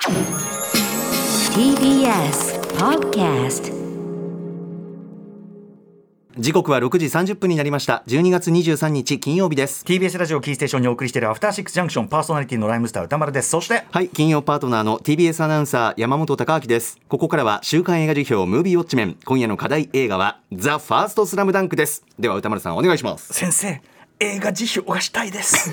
TBS Podcast。 時刻は6時30分になりました。12月23日金曜日です。 TBS ラジオキーステーションにお送りしているアフターシックスジャンクション、パーソナリティのライムスター歌丸です。そして金曜パートナーの TBS アナウンサー山本貴明です。ここからは週刊映画辞表ムービーウォッチメン。今夜の課題映画はザ・ファーストスラムダンクです。では歌丸さんお願いします。 先生、映画辞表がしたいです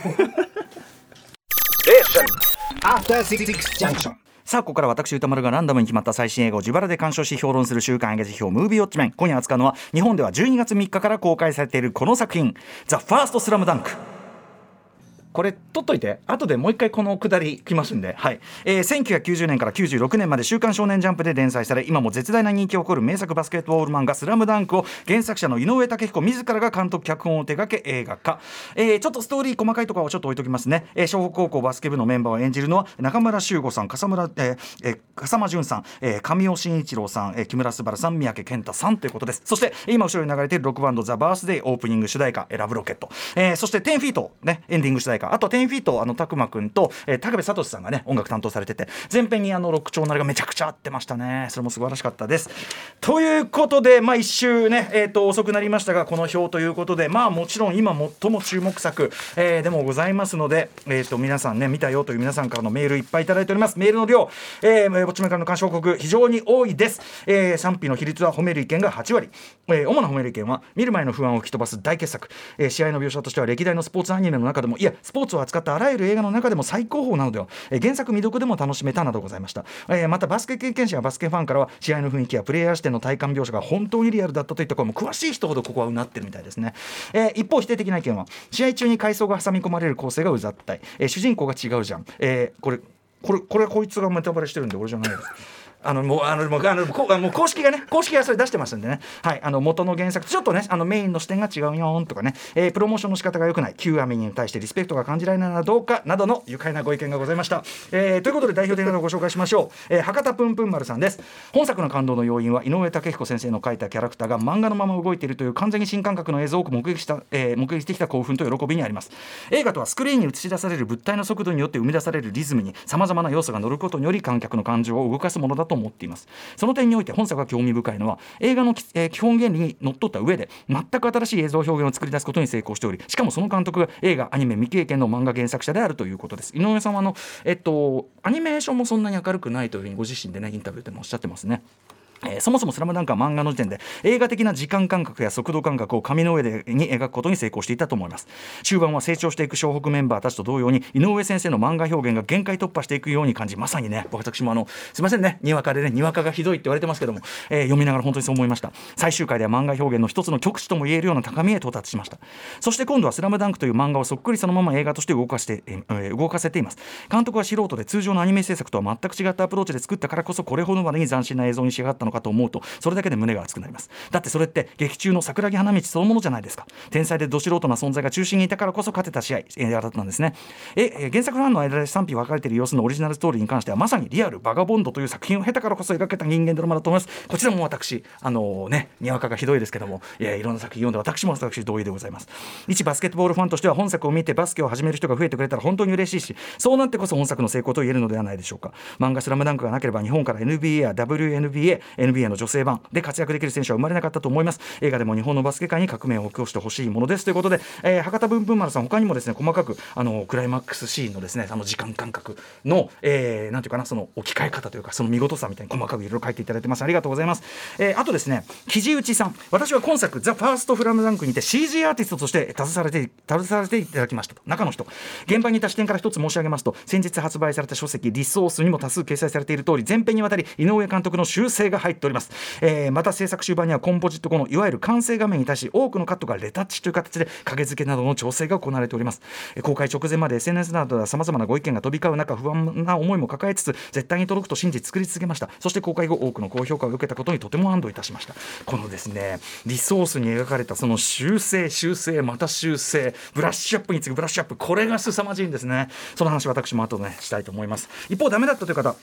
アフターシックスジャンクション。 さあ、ここから私歌丸がランダムに決まった最新映画を自腹で鑑賞し評論する週刊映画辞表ムービーウォッチメン。今夜扱うのは日本では12月3日から公開されているこの作品、ザ・ファーストスラムダンク。これ取っといて、後でもう一回このくだり来ますんで、1990年から96年まで週刊少年ジャンプで連載され、今も絶大な人気を誇る名作バスケットボール漫画スラムダンクを原作者の井上武彦自らが監督脚本を手掛け映画化。ちょっとストーリー細かいところをちょっと置いときますね。湘北高校バスケ部のメンバーを演じるのは中村修吾さん、笠間淳さん、神尾慎一郎さん、木村昴さん、三宅健太さんということです。そして今後ろに流れているロックバンドザ・バースデーオープニング主題歌ラブロケット、そして10フィート、エンディング主題歌、あと10フィート拓磨くんと、高部聡さんがね音楽担当されてて、前編にロック調なりがめちゃくちゃ合ってましたね。それも素晴らしかったです。ということで、一周ね、遅くなりましたがこの表ということで、もちろん今最も注目作、でもございますので、皆さんね見たよという皆さんからのメールいっぱいいただいております。メールの量、ウォッチメンからの鑑賞報告非常に多いです。賛否の比率は褒める意見が8割、主な褒める意見は見る前の不安を吹き飛ばす大傑作、試合の描写としては歴代のスポーツアニメの中でも、いやスポーツを扱ったあらゆる映画の中でも最高峰なのでは、原作未読でも楽しめたなどございました。またバスケ経験者やバスケファンからは試合の雰囲気やプレイヤー視点の体感描写が本当にリアルだったといった声も詳しい人ほどここはうなってるみたいですね。一方否定的な意見は、試合中に回想が挟み込まれる構成がうざったい、主人公が違うじゃん、これこいつがネタバレしてるんで俺じゃないですもう公式がそれ出してますんでね、元の原作とちょっとねメインの視点が違うよとかね、プロモーションの仕方が良くない、旧アミに対してリスペクトが感じられないのはどうかなどの愉快なご意見がございました。ということで代表的なのをご紹介しましょう。博多ぷんぷん丸さんです。本作の感動の要因は井上武彦先生の描いたキャラクターが漫画のまま動いているという完全に新感覚の映像を目撃してきた興奮と喜びにあります。映画とはスクリーンに映し出される物体の速度によって生み出されるリズムにさまざまな要素が乗ることにより観客の感情を動かすものだと思っています。その点において本作が興味深いのは、映画の基本原理にのっとった上で全く新しい映像表現を作り出すことに成功しており、しかもその監督が映画アニメ未経験の漫画原作者であるということです。井上さんはアニメーションもそんなに明るくないというふうにご自身でねインタビューでもおっしゃってますね。そもそもスラムダンクは漫画の時点で映画的な時間感覚や速度感覚を紙の上に描くことに成功していたと思います。終盤は成長していく湘北メンバーたちと同様に井上先生の漫画表現が限界突破していくように感じ、まさにね私もすいませんね、にわかでねにわかがひどいって言われてますけども、読みながら本当にそう思いました。最終回では漫画表現の一つの極致とも言えるような高みへ到達しました。そして今度はスラムダンクという漫画をそっくりそのまま映画として動かせています。監督は素人で通常のアニメ制作とは全く違ったアプローチで作ったからこそこれほどまでに斬新な映像に仕上がったのかと思うと、それだけで胸が熱くなります。だってそれって劇中の桜木花道そのものじゃないですか。天才でど素人な存在が中心にいたからこそ勝てた試合だったんですね。原作ファンの間で賛否分かれている様子のオリジナルストーリーに関してはまさにリアルバガボンドという作品を経たからこそ描けた人間ドラマだと思います。こちらも私にわかがひどいですけども、いろんな作品読んで私同意でございます。一バスケットボールファンとしては本作を見てバスケを始める人が増えてくれたら本当に嬉しいし、そうなってこそ本作の成功と言えるのではないでしょうか。漫画スラムダンクがなければ日本から NBA や WNBA、NBA の女性版で活躍できる選手は生まれなかったと思います。映画でも日本のバスケ界に革命を起こしてほしいものですということで、博多ぶんぶん丸さん他にもですね細かくクライマックスシーンのですね時間感覚の、なんていうかなその置き換え方というかその見事さみたいに細かくいろいろ書いていただいてます。ありがとうございます。あとですね木地内さん、私は今作ザ・ファーストフラムダンクにて CG アーティストとして携われていただきましたと。中の人、現場にいた視点から一つ申し上げますと、先日発売された書籍リソースにも多数掲載されている通り前編にわたり井上監督の修正が入っております。また制作終盤にはコンポジット後のいわゆる完成画面に対し多くのカットがレタッチという形で影付けなどの調整が行われております。公開直前まで SNS などでは様々なご意見が飛び交う中、不安な思いも抱えつつ絶対に届くと信じ作り続けました。そして公開後多くの高評価を受けたことにとても安堵いたしました。このですねリソースに描かれたその修正また修正、ブラッシュアップに次ぐブラッシュアップ、これが凄まじいんですね。その話私も後で、したいと思います。一方ダメだったという方、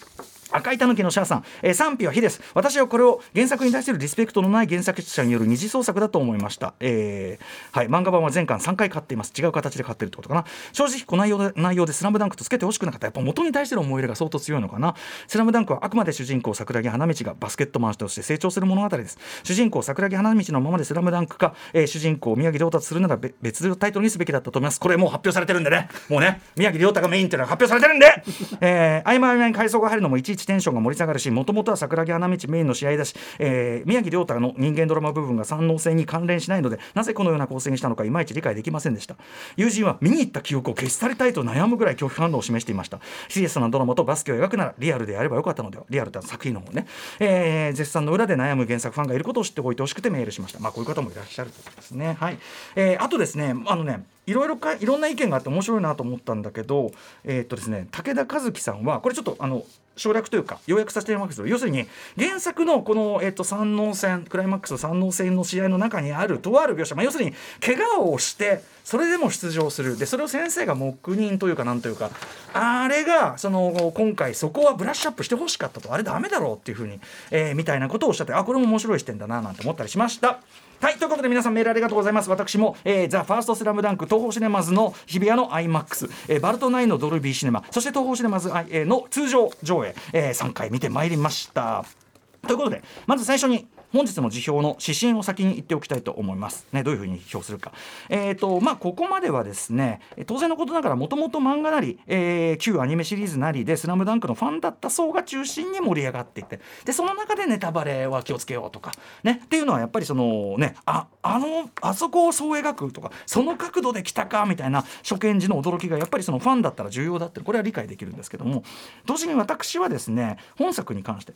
赤いたぬきのシャアさん、賛否は非です。私はこれを原作に対するリスペクトのない原作者による二次創作だと思いました。はい、漫画版は全巻3回買っています。違う形で買ってるってことかな。正直この内容でスラムダンクとつけてほしくなかった。やっぱ元に対しての思い入れが相当強いのかな。スラムダンクはあくまで主人公桜木花道がバスケットマンとして成長する物語です。主人公桜木花道のままでスラムダンクか、主人公宮城亮太とするなら別のタイトルにすべきだったと思います。これもう発表されてるんでね、もうね宮城亮太がメインっていうのが発表されてるんで、合間合間に回想が入るのもいちいちテンションが盛り下がるし、もともとは桜木花道メインの試合だし、宮城亮太の人間ドラマ部分が三能性に関連しないので、なぜこのような構成にしたのかいまいち理解できませんでした。友人は見に行った記憶を消し去りたいと悩むぐらい拒否反応を示していました。シリアスなドラマとバスケを描くならリアルでやればよかったのでは。リアルとは作品の方ね、絶賛の裏で悩む原作ファンがいることを知っておいてほしくてメールしました。こういう方もいらっしゃるということですね。はい、あとですね、いろんな意見があって面白いなと思ったんだけど、ですね、武田和樹さんはこれちょっと省略というか要約させていただきますけど、要するに原作のこの、三能戦クライマックス三能戦の試合の中にあるとある描写、要するに怪我をしてそれでも出場する、でそれを先生が黙認というかなんというか、あれが今回そこはブラッシュアップしてほしかったと、あれダメだろうっていう風に、みたいなことをおっしゃって、これも面白い視点だななんて思ったりしました。はい、ということで皆さんメールありがとうございます。私も、ザ・ファーストスラムダンク東宝シネマズの日比谷の IMAX、バルトナインのドルビーシネマ、そして東宝シネマズ、の通常上映、3回見てまいりました。ということでまず最初に本日の辞表の指針を先に言っておきたいと思います、ね、どういうふうに評するか。ここまではですね、当然のことながらもともと漫画なり、旧アニメシリーズなりでスラムダンクのファンだった層が中心に盛り上がっていて、でその中でネタバレは気をつけようとかねっていうのはやっぱりあそこをそう描くとか、その角度で来たかみたいな初見時の驚きがやっぱりファンだったら重要だって、これは理解できるんですけども、同時に私はですね本作に関して、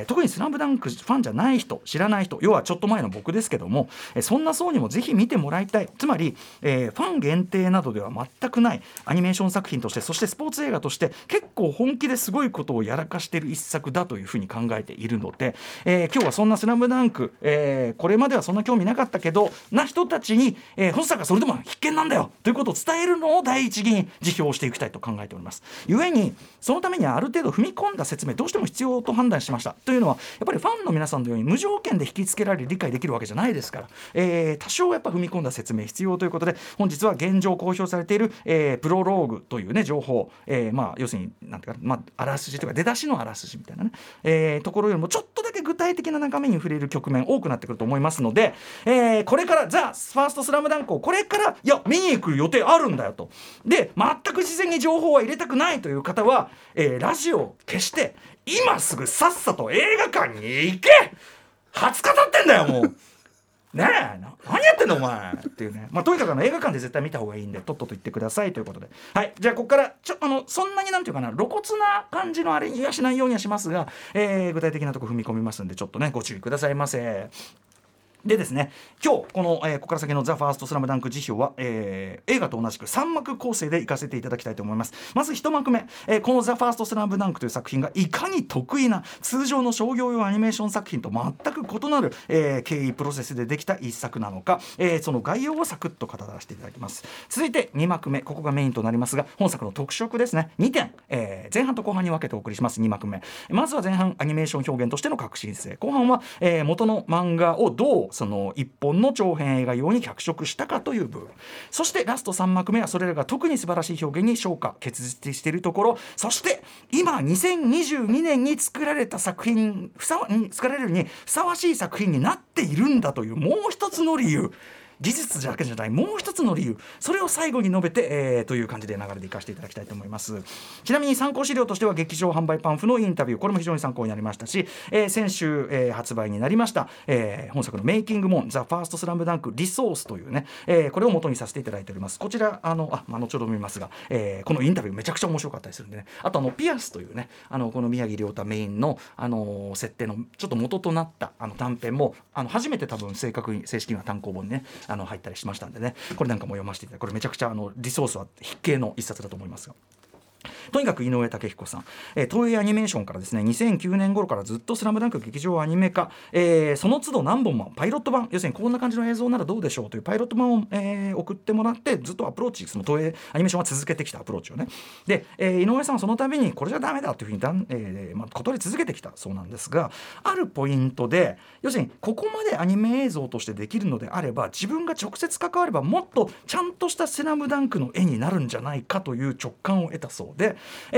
特にスラムダンクファンじゃない人、知らない人、要はちょっと前の僕ですけども、そんな層にもぜひ見てもらいたい。つまり、ファン限定などでは全くないアニメーション作品として、そしてスポーツ映画として結構本気ですごいことをやらかしている一作だというふうに考えているので、今日はそんなスラムダンク、これまではそんな興味なかったけどな人たちに、本作はそれでも必見なんだよということを伝えるのを第一義に辞表をしていきたいと考えております。故にそのためにはある程度踏み込んだ説明どうしても必要と判断しました。というのはやっぱりファンの皆さんのように無条件で引きつけられ理解できるわけじゃないですから、多少やっぱ踏み込んだ説明必要ということで、本日は現状公表されている、プロローグというね情報、要するになんていうか、あらすじというか出だしのあらすじみたいなね、ところよりもちょっとだけ具体的な中身に触れる局面多くなってくると思いますので、これからザ・ファーストスラムダンクをこれから見に行く予定あるんだよと、で全く事前に情報は入れたくないという方は、ラジオを消して今すぐさっさと映画館に行け、20日経ってんだよもうねえ何やってんのお前っていうね、とにかく映画館で絶対見た方がいいんでとっとと言ってくださいということで、はい、じゃあここからそんなになんていうかな露骨な感じのあれにはしないようにはしますが、具体的なとこ踏み込みますんでちょっとねご注意くださいませ。でですね、今日ここから先のザ・ファーストスラムダンク辞表は、映画と同じく3幕構成でいかせていただきたいと思います。まず1幕目、このザ・ファーストスラムダンクという作品がいかに得意な通常の商業用アニメーション作品と全く異なる、経緯プロセスでできた一作なのか、その概要をサクッと語らせていただきます。続いて2幕目、ここがメインとなりますが本作の特色ですね、2点、前半と後半に分けてお送りします。2幕目、まずは前半アニメーション表現としての革新性、後半は、元の漫画をどうその一本の長編映画用に脚色したかという部分、そしてラスト3幕目はそれらが特に素晴らしい表現に昇華結実しているところ、そして今2022年に作られた作品作られるにふさわしい作品になっているんだというもう一つの理由、技術だけじゃないもう一つの理由、それを最後に述べて、という感じで流れでいかせていただきたいと思います。ちなみに参考資料としては劇場販売パンフのインタビュー、これも非常に参考になりましたし、先週、発売になりました、本作のメイキングモンザ・ファーストスラムダンクリソースというね、これを元にさせていただいております。こちら後ほど見ますが、このインタビューめちゃくちゃ面白かったりするんでね、あとピアスというねこの宮城亮太メインの、設定のちょっと元となった短編も初めて多分正式には単行本にね入ったりしましたんでね、これなんかも読ませていただいて、これめちゃくちゃリソースは筆形の一冊だと思いますが、 とにかく井上武彦さん、東映アニメーションからですね2009年頃からずっとスラムダンク劇場アニメ化、その都度何本もパイロット版、要するにこんな感じの映像ならどうでしょうというパイロット版を、送ってもらってずっとアプローチ、その東映アニメーションは続けてきたアプローチをね。で、井上さんはその度にこれじゃダメだというふうに断り続けてきたそうなんですが、あるポイントで要するにここまでアニメ映像としてできるのであれば自分が直接関わればもっとちゃんとしたスラムダンクの絵になるんじゃないかという直感を得たそうで、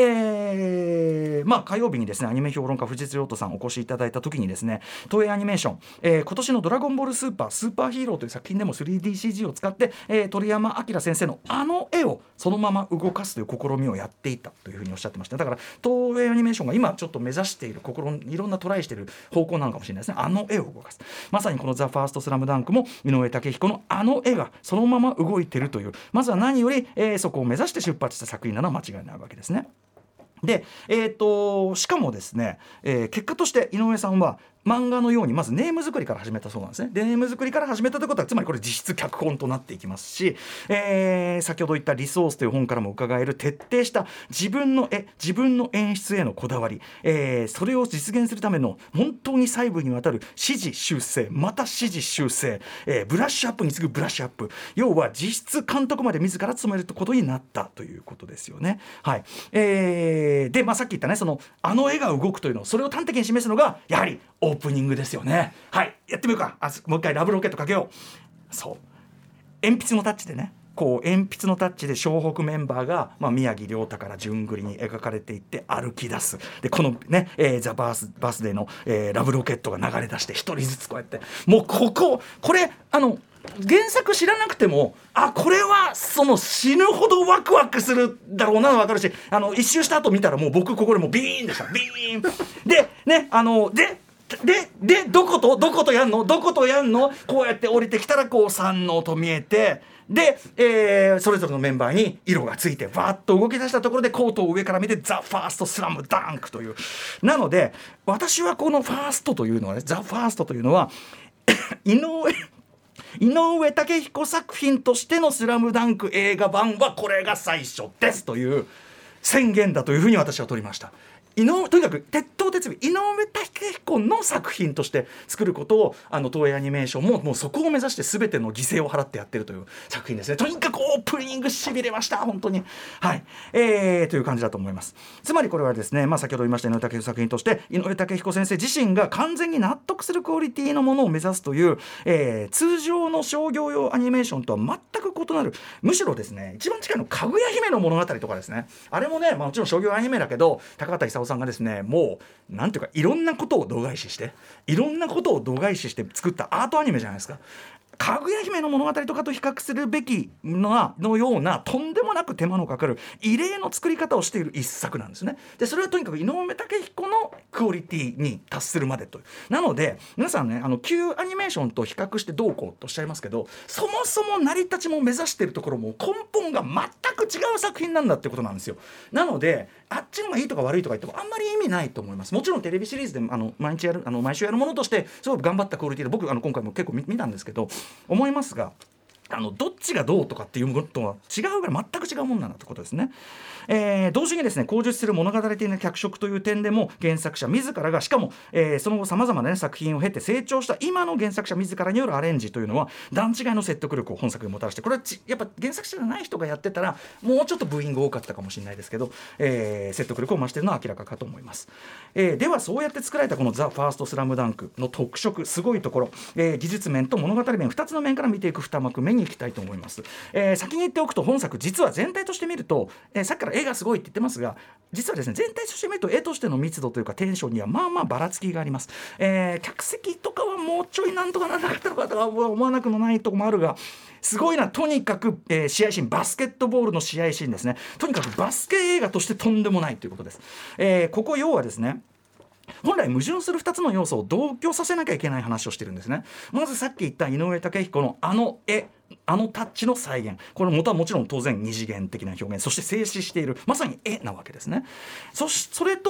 火曜日にですねアニメ評論家藤津亮太さんお越しいただいた時にですね東映アニメーション、今年のドラゴンボールスーパーヒーローという作品でも 3DCG を使って、鳥山明先生のあの絵をそのまま動かすという試みをやっていたというふうにおっしゃってました。だから東映アニメーションが今ちょっと目指しているいろんなトライしている方向なのかもしれないですね。あの絵を動かす、まさにこのザ・ファーストスラムダンクも井上武彦のあの絵がそのまま動いているという、まずは何より、そこを目指して出発した作品なのは間違いないわけですね。で、しかもですね、結果として井上さんは漫画のようにまずネーム作りから始めたそうなんですね。でネーム作りから始めたということはつまりこれ実質脚本となっていきますし、先ほど言ったリソースという本からも伺える徹底した自分の絵自分の演出へのこだわり、それを実現するための本当に細部にわたる指示修正また指示修正、ブラッシュアップに次ぐブラッシュアップ、要は実質監督まで自ら務めることになったということですよね。はい。で、さっき言ったねあの絵が動くというのそれを端的に示すのがやはりオープニングですよね。はいやってみようか。もう一回ラブロケットかけよう。そう鉛筆のタッチでねこう鉛筆のタッチで湘北メンバーが、宮城亮太から順繰りに描かれていって歩き出す。でこのね、ザ・バースデーの、ラブロケットが流れ出して一人ずつこうやってもうこれ原作知らなくてもこれは死ぬほどワクワクするだろうなの分かるし一周した後見たらもう僕ここでもうビーンでしたビーンでねでどことやんのこうやって降りてきたらこう山王と見えてで、それぞれのメンバーに色がついてバーッと動き出したところでコートを上から見てザ・ファーストスラムダンクというなので私はこのファーストというのはねザ・ファーストというのは井上武彦作品としてのスラムダンク映画版はこれが最初ですという宣言だというふうに私は取りました。とにかく鉄頭鉄尾井上武彦の作品として作ることを東映アニメーションもうそこを目指して全ての犠牲を払ってやってるという作品ですね。とにかくオープニングしびれました本当に。はい、という感じだと思います。つまりこれはですね、先ほど言いました井上武彦作品として井上武彦先生自身が完全に納得するクオリティのものを目指すという、通常の商業用アニメーションとは全く異なる、むしろですね一番近いのかぐや姫の物語とかですね。あれもね、もちろん商業アニメだけど高畑勲さんがですねもうなんていうかいろんなことを度外視して作ったアートアニメじゃないですか。かぐや姫の物語とかと比較するべきのようなとんでもなく手間のかかる異例の作り方をしている一作なんですね。でそれはとにかく井上武彦のクオリティに達するまでという。なので皆さんね旧アニメーションと比較してどうこうとおっしゃいますけど、そもそも成り立ちも目指しているところも根本が全く違う作品なんだってことなんですよ。なのであっちのがいいとか悪いとか言ってもあんまり意味ないと思います。もちろんテレビシリーズで毎週やるものとしてすごく頑張ったクオリティで僕今回も結構見たんですけど思いますが、どっちがどうとかっていうものとは違うぐらい全く違うものなんだってことですね。同時にですね口述する物語的な脚色という点でも原作者自らがしかも、その後さまざまな作品を経て成長した今の原作者自らによるアレンジというのは段違いの説得力を本作にもたらして、これはやっぱ原作者じゃない人がやってたらもうちょっとブーイング多かったかもしれないですけど、説得力を増しているのは明らかかと思います。ではそうやって作られたこのザ・ファーストスラムダンクの特色すごいところ、技術面と物語面2つの面から見ていく2幕目に行きたいと思います。先に言っておくと本作実は全体として見ると、さっきから絵がすごいって言ってますが実はですね全体として見ると絵としての密度というかテンションにはまあばらつきがあります。客席とかはもうちょいなんとかならなかったのかとか思わなくもないところもあるがすごいな。とにかく、試合シーンバスケットボールの試合シーンですね。とにかくバスケ映画としてとんでもないということです。ここ要はですね本来矛盾する2つの要素を同居させなきゃいけない話をしてるんですね。まずさっき言った井上武彦の絵タッチの再現、これ元はもちろん当然二次元的な表現、そして静止しているまさに絵なわけですね。それと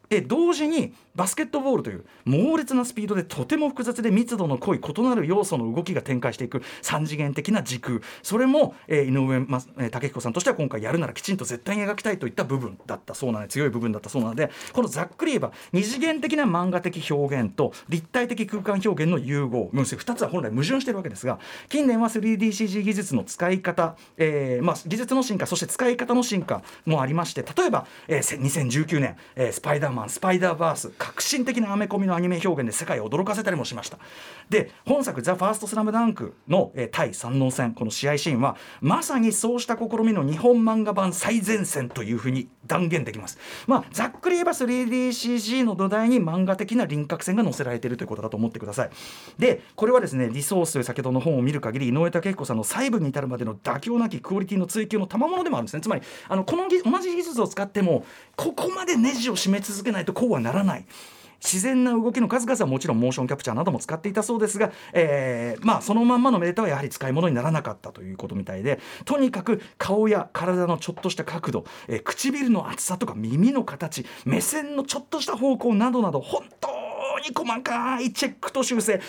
同時にバスケットボールという猛烈なスピードでとても複雑で密度の濃い異なる要素の動きが展開していく3次元的な時空、それも、井上武彦さんとしては今回やるならきちんと絶対に描きたいといった部分だったそうなので、強い部分だったそうなので、このざっくり言えば2次元的な漫画的表現と立体的空間表現の融合、2つは本来矛盾しているわけですが、近年は 3DCG 技術の使い方、技術の進化、そして使い方の進化もありまして、例えば、2019年、スパイダーマンスパイダーバース、革新的なアメコミのアニメ表現で世界を驚かせたりもしました。で、本作ザ・ファーストスラムダンクの、対三能戦、この試合シーンはまさにそうした試みの日本漫画版最前線というふうに断言できます。ざっくり言えば 3DCG の土台に漫画的な輪郭線が載せられているということだと思ってください。で、これはですね、リソースという先ほどの本を見る限り井上武彦さんの細部に至るまでの妥協なきクオリティの追求の賜物でもあるんですね。つまりこの同じ技術を使ってもここまでネジを締め続けないとこうはならない、自然な動きの数々はもちろんモーションキャプチャーなども使っていたそうですが、そのまんまのメーターはやはり使い物にならなかったということみたいで、とにかく顔や体のちょっとした角度、唇の厚さとか耳の形、目線のちょっとした方向などなど、本当に細かいチェックと修正、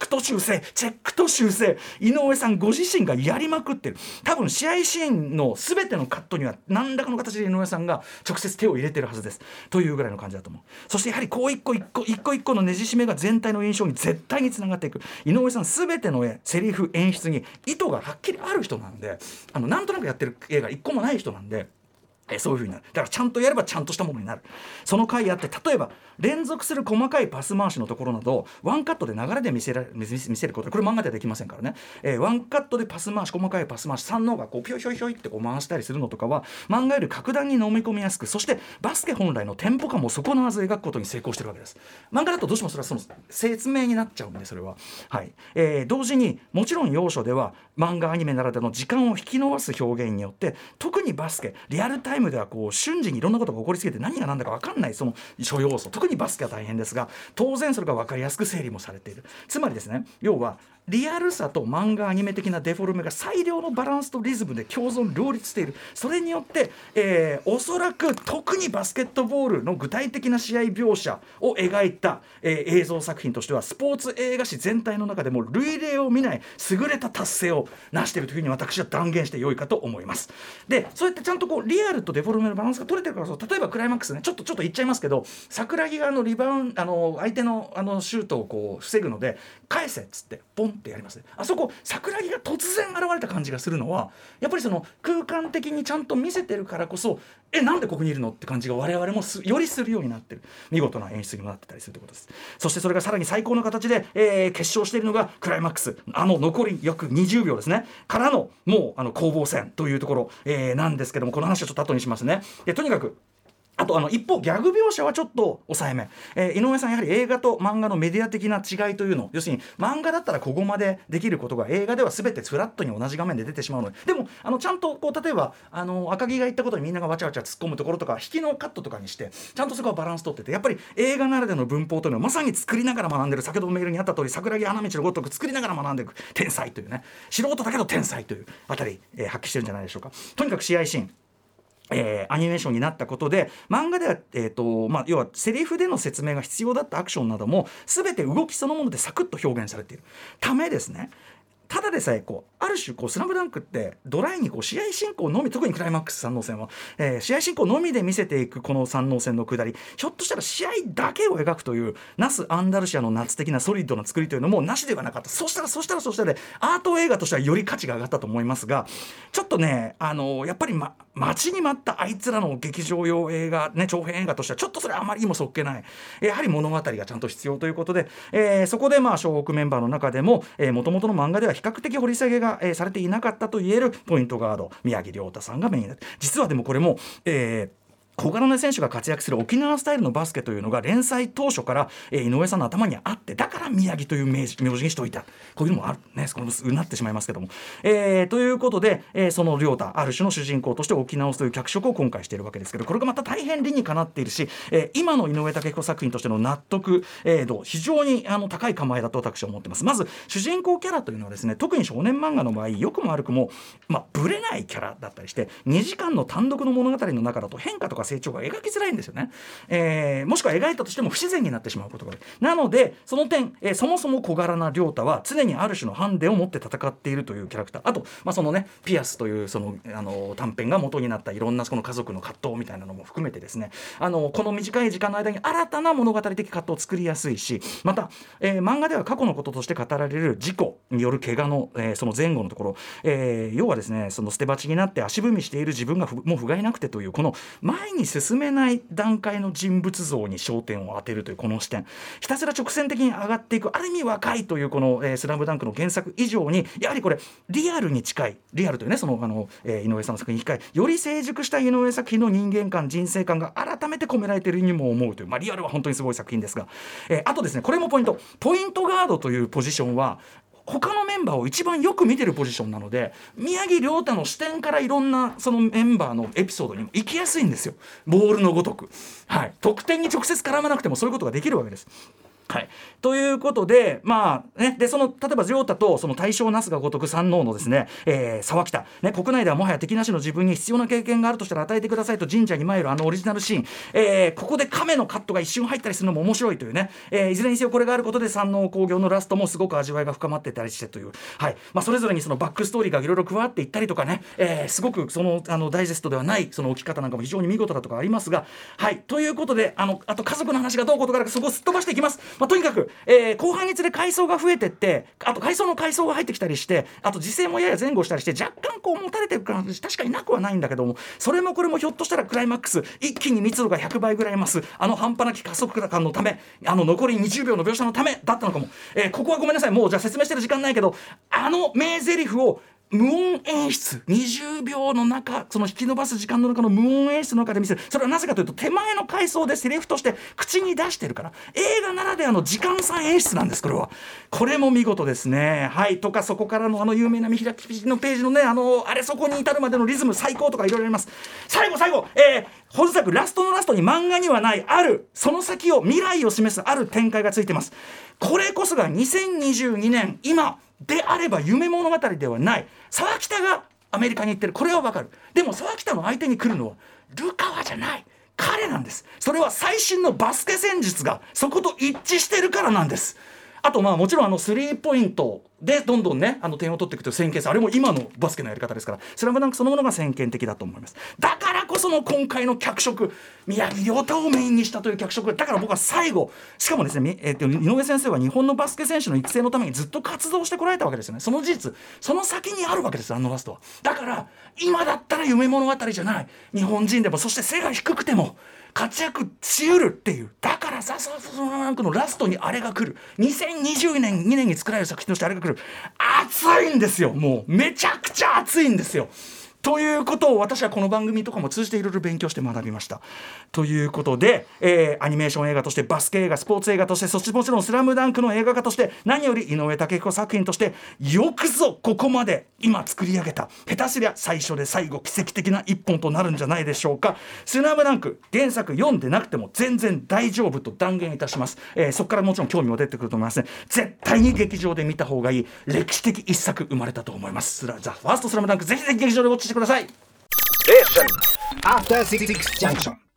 井上さんご自身がやりまくってる。多分試合シーンの全てのカットには何らかの形で井上さんが直接手を入れてるはずですというぐらいの感じだと思う。そしてやはりこう一個一個のねじ締めが全体の印象に絶対につながっていく。井上さん全てのセリフ演出に意図がはっきりある人なんで、なんとなくやってる映画一個もない人なんで、そういう風になる。だからちゃんとやればちゃんとしたものになる。その回あって、例えば連続する細かいパス回しのところなどワンカットで流れで見せること、これ漫画ではできませんからね、ワンカットでパス回し、細かいパス回し、三能がこうピョイピョイピョイってこう回したりするのとかは漫画より格段に飲み込みやすく、そしてバスケ本来のテンポ感も損なわず描くことに成功してるわけです。漫画だとどうしてもそれはその説明になっちゃうんで、それははい、同時にもちろん要所では漫画アニメならでの時間を引き延ばす表現によって、特にバスケリアルタイムではこう瞬時にいろんなことが起こりすぎて何が何だか分かんないその諸要素、特にバスケは大変ですが、当然それが分かりやすく整理もされている。つまりですね、要はリアルさと漫画アニメ的なデフォルメが最良のバランスとリズムで共存両立している。それによって、おそらく特にバスケットボールの具体的な試合描写を描いた、映像作品としてはスポーツ映画史全体の中でも類例を見ない優れた達成を成しているというふうに私は断言して良いかと思います。で、そうやってちゃんとこうリアルとデフォルメのバランスが取れてるから、例えばクライマックスね、ちょっと言っちゃいますけど、桜木がリバウンド相手のシュートをこう防ぐので返せっつってポンってやりますね。あそこ桜木が突然現れた感じがするのは、やっぱりその空間的にちゃんと見せてるからこそ、なんでここにいるのって感じが我々もよりするようになってる、見事な演出にもなってたりするということです。そしてそれがさらに最高の形で、決勝しているのがクライマックス、残り約20秒ですねからのもう攻防戦というところ、なんですけども、この話はちょっと後にしますね。とにかくあと一方ギャグ描写はちょっと抑えめ、井上さんやはり映画と漫画のメディア的な違いというのを、要するに漫画だったらここまでできることが映画では全てフラットに同じ画面で出てしまうので、でもちゃんとこう例えば赤木が言ったことにみんながわちゃわちゃ突っ込むところとか引きのカットとかにしてちゃんとそこはバランス取ってて、やっぱり映画ならでの文法というのはまさに作りながら学んでる、先ほどメールにあった通り桜木花道のごとく作りながら学んでいく天才というね、素人だけど天才というあたり、発揮してるんじゃないでしょうか。とにかく試合シーン、アニメーションになったことで漫画では、要はセリフでの説明が必要だったアクションなども全て動きそのものでサクッと表現されているためですね。ただでさえある種スラムダンクってドライに試合進行のみ、特にクライマックス三能戦は、試合進行のみで見せていくこの三能戦の下り、ひょっとしたら試合だけを描くというナス・アンダルシアの夏的なソリッドな作りというのもなしではなかった。そしたらでアート映画としてはより価値が上がったと思いますが、ちょっとねやっぱり待ちに待ったあいつらの劇場用映画、長編映画としてはちょっとそれあまりにもそっけない、やはり物語がちゃんと必要ということで、そこで湘北メンバーの中でも元々の漫画では比較的掘り下げが、されていなかったといえるポイントガード宮城亮太さんがメインだ。実はでもこれも、小柄な選手が活躍する沖縄スタイルのバスケというのが連載当初から、井上さんの頭にあって、だから宮城という名字にしておいた、こういうのもあるね、このうなってしまいますけども、ということで、その亮太ある種の主人公として沖縄という脚色を今回しているわけですけど、これがまた大変理にかなっているし、今の井上武彦作品としての納得度、非常に高い構えだと私は思ってます。まず主人公キャラというのはですね、特に少年漫画の場合良くも悪くも、ブレないキャラだったりして、2時間の単独の物語の中だと変化とか成長が描きづらいんですよね。もしくは描いたとしても不自然になってしまうことがある。なのでその点、そもそも小柄な亮太は常にある種のハンデを持って戦っているというキャラクター、あと、そのねピアスというその短編が元になったいろんなこの家族の葛藤みたいなのも含めてですね、この短い時間の間に新たな物語的葛藤を作りやすいし、また、漫画では過去のこととして語られる事故による怪我の、その前後のところ、要はですねその捨て鉢になって足踏みしている自分がもう不甲斐なくてというこの前に進めない段階の人物像に焦点を当てるというこの視点、ひたすら直線的に上がっていくある意味若いというこの、スラムダンクの原作以上にやはりこれリアルに近い、リアルというねその井上さんの作品に近いより成熟した井上作品の人間観人生観が改めて込められているにも思うという、リアルは本当にすごい作品ですが、あとですねこれもポイントガードというポジションは他のメンバーを一番よく見てるポジションなので、宮城亮太の視点からいろんなそのメンバーのエピソードにも行きやすいんですよ、ボールのごとく、得点に直接絡まなくてもそういうことができるわけです。ということで、でその例えば亮太とその大将なすがごとく三能のですね、沢北、国内ではもはや敵なしの自分に必要な経験があるとしたら与えてくださいと神社に参るオリジナルシーン、ここで亀のカットが一瞬入ったりするのも面白いというね、いずれにせよこれがあることで三能興行のラストもすごく味わいが深まってたりしてという、それぞれにそのバックストーリーがいろいろ加わっていったりとかね、すごくそのダイジェストではないその置き方なんかも非常に見事だとかありますが、ということであと家族の話がどうことかそこをすっ飛ばしていきます。とにかく後半につれ階層が増えてって、あと階層の階層が入ってきたりして、あと時勢もやや前後したりして若干こう持たれてる感じ確かになくはないんだけども、それもこれもひょっとしたらクライマックス一気に密度が100倍ぐらい増す半端なき加速感のため、残り20秒の描写のためだったのかも、ここはごめんなさい、もうじゃあ説明してる時間ないけど、名台詞を無音演出20秒の中、その引き伸ばす時間の中の無音演出の中で見せる。それはなぜかというと手前の階層でセリフとして口に出してるから、映画ならではの時間差演出なんです。これも見事ですね。とかそこからの有名な見開きのページのねそこに至るまでのリズム最高とかいろいろあります。最後、本作ラストのラストに漫画にはないその先を未来を示すある展開がついています。これこそが2022年今であれば夢物語ではない。沢北がアメリカに行ってる、これはわかる。でも沢北の相手に来るのはルカワじゃない、彼なんです。それは最新のバスケ戦術がそこと一致してるからなんです。あともちろんスリーポイントでどんどんね点を取っていくという先見性、あれも今のバスケのやり方ですから、スラムダンクそのものが先見的だと思います。だからこその今回の脚色、宮城亮太をメインにしたという脚色だから僕は最後、しかもですね、井上先生は日本のバスケ選手の育成のためにずっと活動してこられたわけですよね。その事実その先にあるわけです、ラストは。だから今だったら夢物語じゃない、日本人でもそして背が低くても活躍しうるっていう、だからザ・スラムダンクのラストにあれが来る、2022年に作られる作品としてあれが来る、熱いんですよ。もうめちゃくちゃ熱いんですよ。ということを私はこの番組とかも通じていろいろ勉強して学びました。ということで、アニメーション映画として、バスケ映画、スポーツ映画として、そしてもちろんスラムダンクの映画化として、何より井上武彦作品としてよくぞここまで今作り上げた、下手すりゃ最初で最後奇跡的な一本となるんじゃないでしょうか。スラムダンク原作読んでなくても全然大丈夫と断言いたします。そこからもちろん興味も出てくると思いますね。絶対に劇場で見た方がいい歴史的一作生まれたと思います。ザ・ファーストスラムダンク、ぜひぜひ劇場でウォッチしてください。 After 66 junction.